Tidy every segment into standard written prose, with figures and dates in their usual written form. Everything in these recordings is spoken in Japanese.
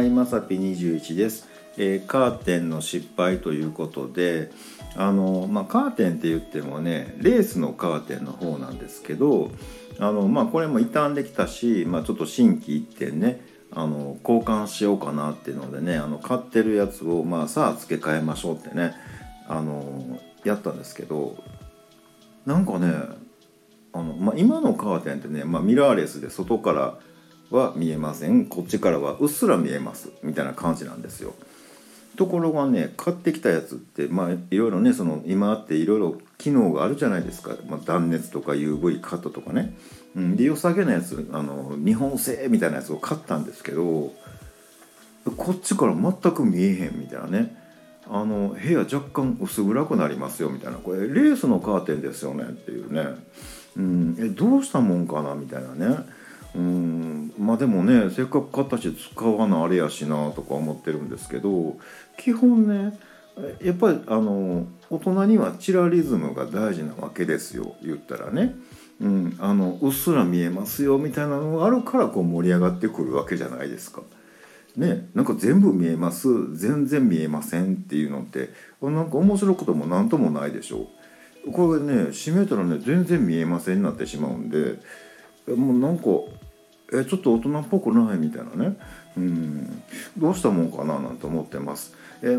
はい、まさぴ21です。カーテンの失敗ということで、カーテンって言ってもね、レースのカーテンの方なんですけど、これも傷んできたし、ちょっと心機一転ね、交換しようかなっていうのでね、買ってるやつを、さあ付け替えましょうってね、やったんですけど、なんかね、今のカーテンってね、ミラーレスで外からは見えません、こっちからはうっすら見えますみたいな感じなんですよ。ところがね、買ってきたやつっていろいろね、今あっていろいろ機能があるじゃないですか、断熱とか UV カットとかね、で良さげなやつ、日本製みたいなやつを買ったんですけど、こっちから全く見えへんみたいなね、部屋若干薄暗くなりますよみたいな、これレースのカーテンですよねっていうね、どうしたもんかなみたいなね。でもね、せっかく買ったし使わなあれやしなとか思ってるんですけど、基本ね、やっぱり大人にはチラリズムが大事なわけですよ、言ったらね。うっすら見えますよみたいなのがあるからこう盛り上がってくるわけじゃないですか。ね、なんか全部見えます、全然見えませんっていうのってなんか面白いこともなんともないでしょう。これね、閉めたらね全然見えませんになってしまうんで、もうなんかちょっと大人っぽくないみたいなね、どうしたもんかななんて思ってます。洗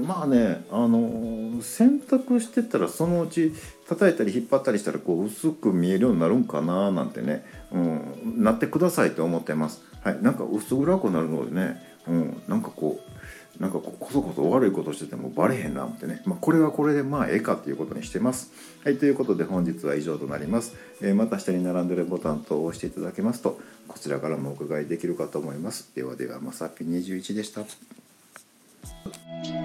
濯してたらそのうち叩いたり引っ張ったりしたらこう薄く見えるようになるんかななんてね、なってくださいと思ってます。はい、なんか薄暗くなるのでね、なんかこそこそ悪いことしててもバレへんなってね、これはこれでええかっていうことにしてます。はい、ということで本日は以上となります。また下に並んでいるボタン等を押していただけますとこちらからもお伺いできるかと思います。ではでは、まさぴ21でした。